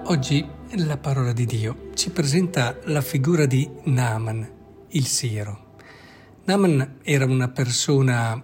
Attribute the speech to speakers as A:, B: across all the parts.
A: Oggi la parola di Dio ci presenta la figura di Naaman, il siero. Naaman era una persona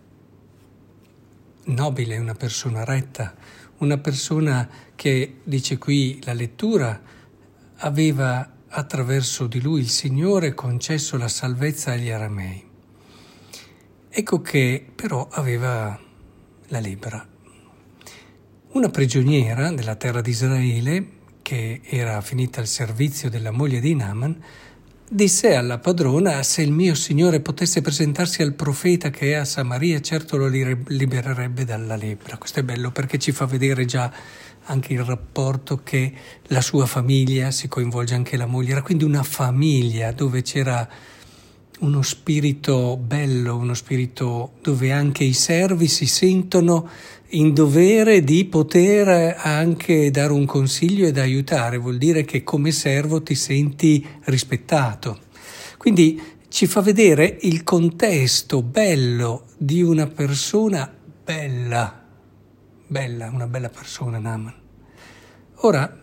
A: nobile, una persona retta, una persona che, dice qui la lettura, aveva attraverso di lui il Signore concesso la salvezza agli aramei. Ecco che però aveva la lebbra. Una prigioniera della terra di Israele, che era finita al servizio della moglie di Naaman, disse alla padrona: se il mio signore potesse presentarsi al profeta che è a Samaria, certo lo libererebbe dalla lebbra. Questo è bello perché ci fa vedere già anche il rapporto che la sua famiglia, si coinvolge anche la moglie, era quindi una famiglia dove c'era uno spirito bello, uno spirito dove anche i servi si sentono in dovere di poter anche dare un consiglio ed aiutare. Vuol dire che come servo ti senti rispettato. Quindi ci fa vedere il contesto bello di una persona bella, una bella persona, Naaman. Ora,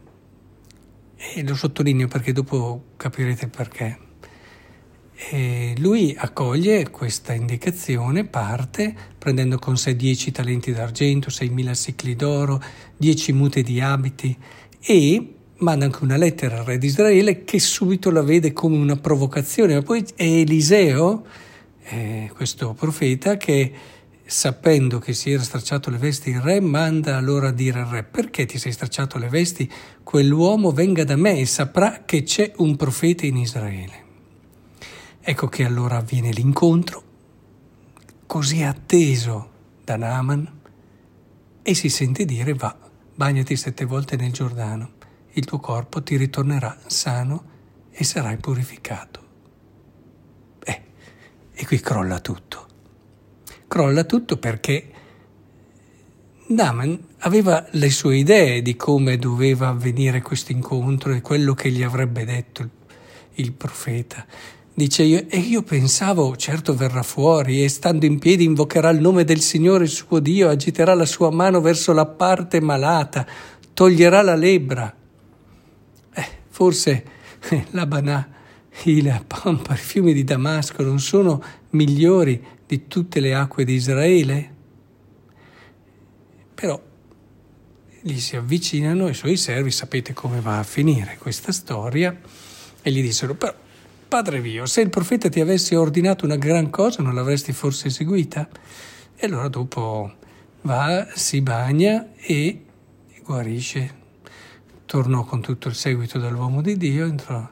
A: e lo sottolineo perché dopo capirete perché. E lui accoglie questa indicazione, parte prendendo con sé 10 talenti d'argento, 6.000 sicli d'oro, 10 mute di abiti e manda anche una lettera al re di Israele che subito la vede come una provocazione. Ma poi è Eliseo, questo profeta, che sapendo che si era stracciato le vesti il re, manda allora a dire al re: perché ti sei stracciato le vesti? Quell'uomo venga da me e saprà che c'è un profeta in Israele. Ecco che allora avviene l'incontro, così atteso da Naaman, e si sente dire: va, bagnati 7 volte nel Giordano, il tuo corpo ti ritornerà sano e sarai purificato. E qui crolla tutto. Crolla tutto perché Naaman aveva le sue idee di come doveva avvenire questo incontro e quello che gli avrebbe detto il profeta. Dice: io pensavo, certo verrà fuori e stando in piedi invocherà il nome del Signore suo Dio, agiterà la sua mano verso la parte malata, toglierà la lebbra. Forse l'Abanà, la Pampa, i fiumi di Damasco non sono migliori di tutte le acque di Israele? Però gli si avvicinano i suoi servi, sapete come va a finire questa storia, e gli dissero: però Padre mio, se il profeta ti avesse ordinato una gran cosa, non l'avresti forse eseguita? E allora dopo va, si bagna e guarisce. Tornò con tutto il seguito dell'uomo di Dio. Entrò.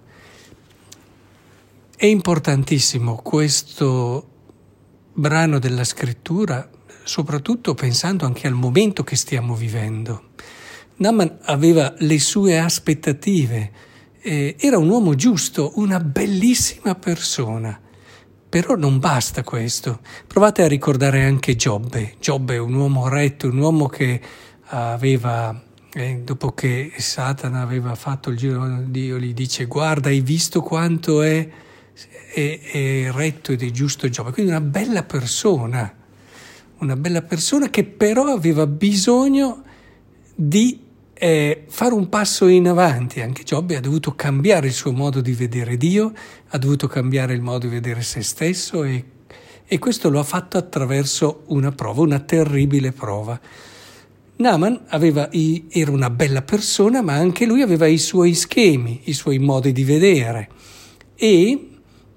A: È importantissimo questo brano della scrittura, soprattutto pensando anche al momento che stiamo vivendo. Naaman aveva le sue aspettative. Era un uomo giusto, una bellissima persona, però non basta questo. Provate a ricordare anche Giobbe. Giobbe è un uomo retto, un uomo che aveva, dopo che Satana aveva fatto il giro di Dio, gli dice: guarda, hai visto quanto è retto ed è giusto Giobbe. Quindi una bella persona che però aveva bisogno di fare un passo in avanti. Anche Giobbe ha dovuto cambiare il suo modo di vedere Dio, ha dovuto cambiare il modo di vedere se stesso e questo lo ha fatto attraverso una prova, una terribile prova. Naaman era una bella persona, ma anche lui aveva i suoi schemi, i suoi modi di vedere, e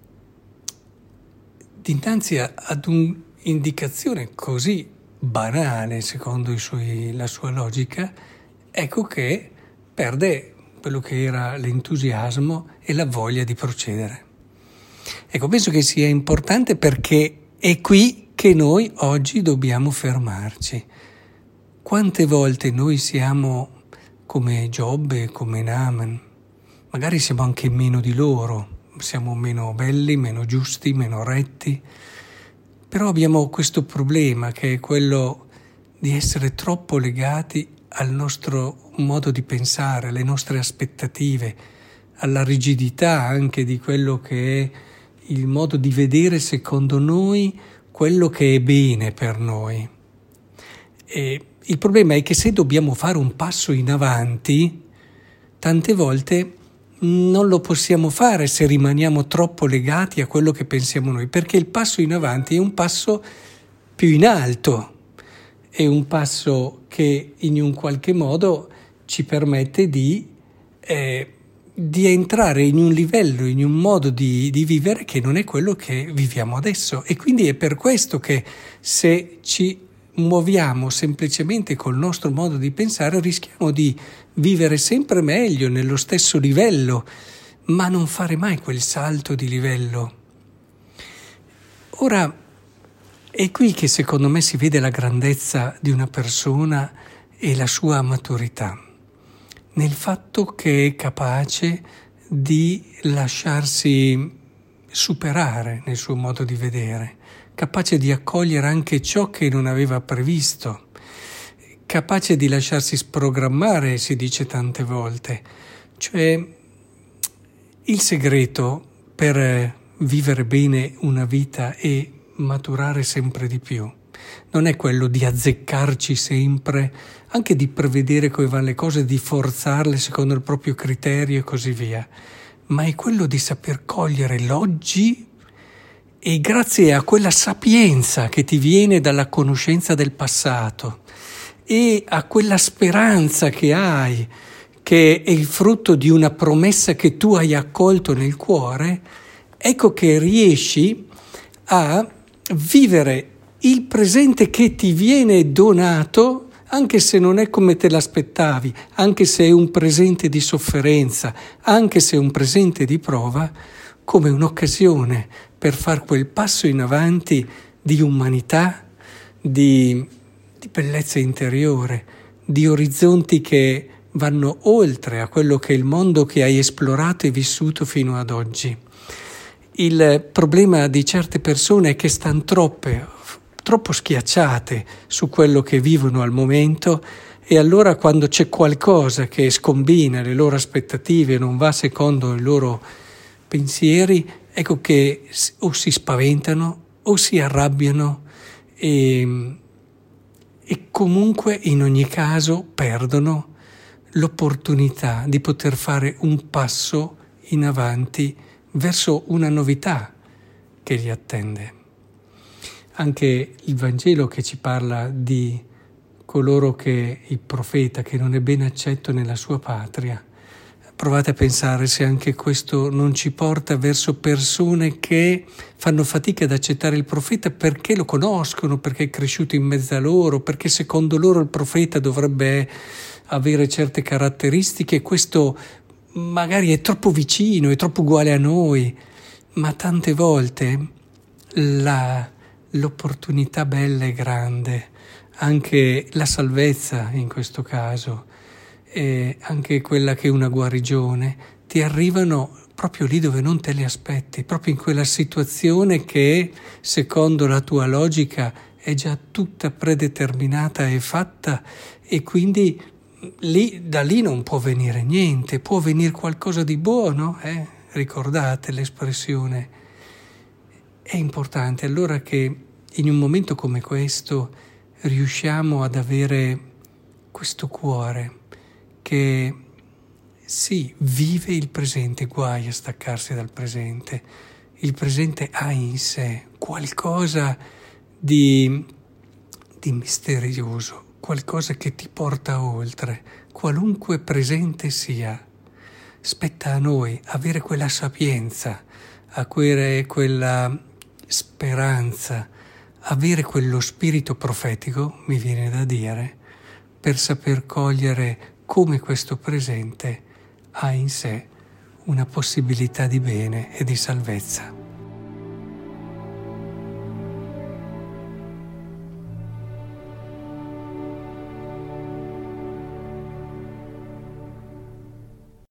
A: dinanzi ad un'indicazione così banale, secondo la sua logica, ecco che perde quello che era l'entusiasmo e la voglia di procedere. Ecco, penso che sia importante perché è qui che noi oggi dobbiamo fermarci. Quante volte noi siamo come Giobbe, come Naaman? Magari siamo anche meno di loro, siamo meno belli, meno giusti, meno retti, però abbiamo questo problema che è quello di essere troppo legati al nostro modo di pensare, alle nostre aspettative, alla rigidità anche di quello che è il modo di vedere secondo noi quello che è bene per noi. E il problema è che se dobbiamo fare un passo in avanti, tante volte non lo possiamo fare se rimaniamo troppo legati a quello che pensiamo noi, perché il passo in avanti è un passo più in alto, è un passo che in un qualche modo ci permette di entrare in un livello, in un modo di vivere che non è quello che viviamo adesso. E quindi è per questo che se ci muoviamo semplicemente col nostro modo di pensare rischiamo di vivere sempre meglio nello stesso livello, ma non fare mai quel salto di livello. Ora, è qui che secondo me si vede la grandezza di una persona e la sua maturità, nel fatto che è capace di lasciarsi superare nel suo modo di vedere, capace di accogliere anche ciò che non aveva previsto, capace di lasciarsi sprogrammare, si dice tante volte. Cioè, il segreto per vivere bene una vita e maturare sempre di più non è quello di azzeccarci sempre, anche di prevedere come vanno le cose, di forzarle secondo il proprio criterio e così via, ma è quello di saper cogliere l'oggi e grazie a quella sapienza che ti viene dalla conoscenza del passato e a quella speranza che hai, che è il frutto di una promessa che tu hai accolto nel cuore, ecco che riesci a vivere il presente che ti viene donato, anche se non è come te l'aspettavi, anche se è un presente di sofferenza, anche se è un presente di prova, come un'occasione per far quel passo in avanti di umanità, di bellezza interiore, di orizzonti che vanno oltre a quello che è il mondo che hai esplorato e vissuto fino ad oggi. Il problema di certe persone è che stanno troppo schiacciate su quello che vivono al momento, e allora quando c'è qualcosa che scombina le loro aspettative e non va secondo i loro pensieri, ecco che o si spaventano o si arrabbiano e comunque in ogni caso perdono l'opportunità di poter fare un passo in avanti verso una novità che li attende. Anche il Vangelo che ci parla di coloro che il profeta che non è ben accetto nella sua patria. Provate a pensare se anche questo non ci porta verso persone che fanno fatica ad accettare il profeta perché lo conoscono, perché è cresciuto in mezzo a loro, perché secondo loro il profeta dovrebbe avere certe caratteristiche e questo magari è troppo vicino, è troppo uguale a noi, ma tante volte l'opportunità bella è grande, anche la salvezza in questo caso, e anche quella che è una guarigione, ti arrivano proprio lì dove non te le aspetti, proprio in quella situazione che secondo la tua logica è già tutta predeterminata e fatta, e quindi da lì non può venire niente, può venire qualcosa di buono, ricordate l'espressione. È importante allora che in un momento come questo riusciamo ad avere questo cuore che sì, vive il presente, guai a staccarsi dal presente. Il presente ha in sé qualcosa di misterioso, qualcosa che ti porta oltre, qualunque presente sia. Spetta a noi avere quella sapienza, avere quella speranza, avere quello spirito profetico, mi viene da dire, per saper cogliere come questo presente ha in sé una possibilità di bene e di salvezza.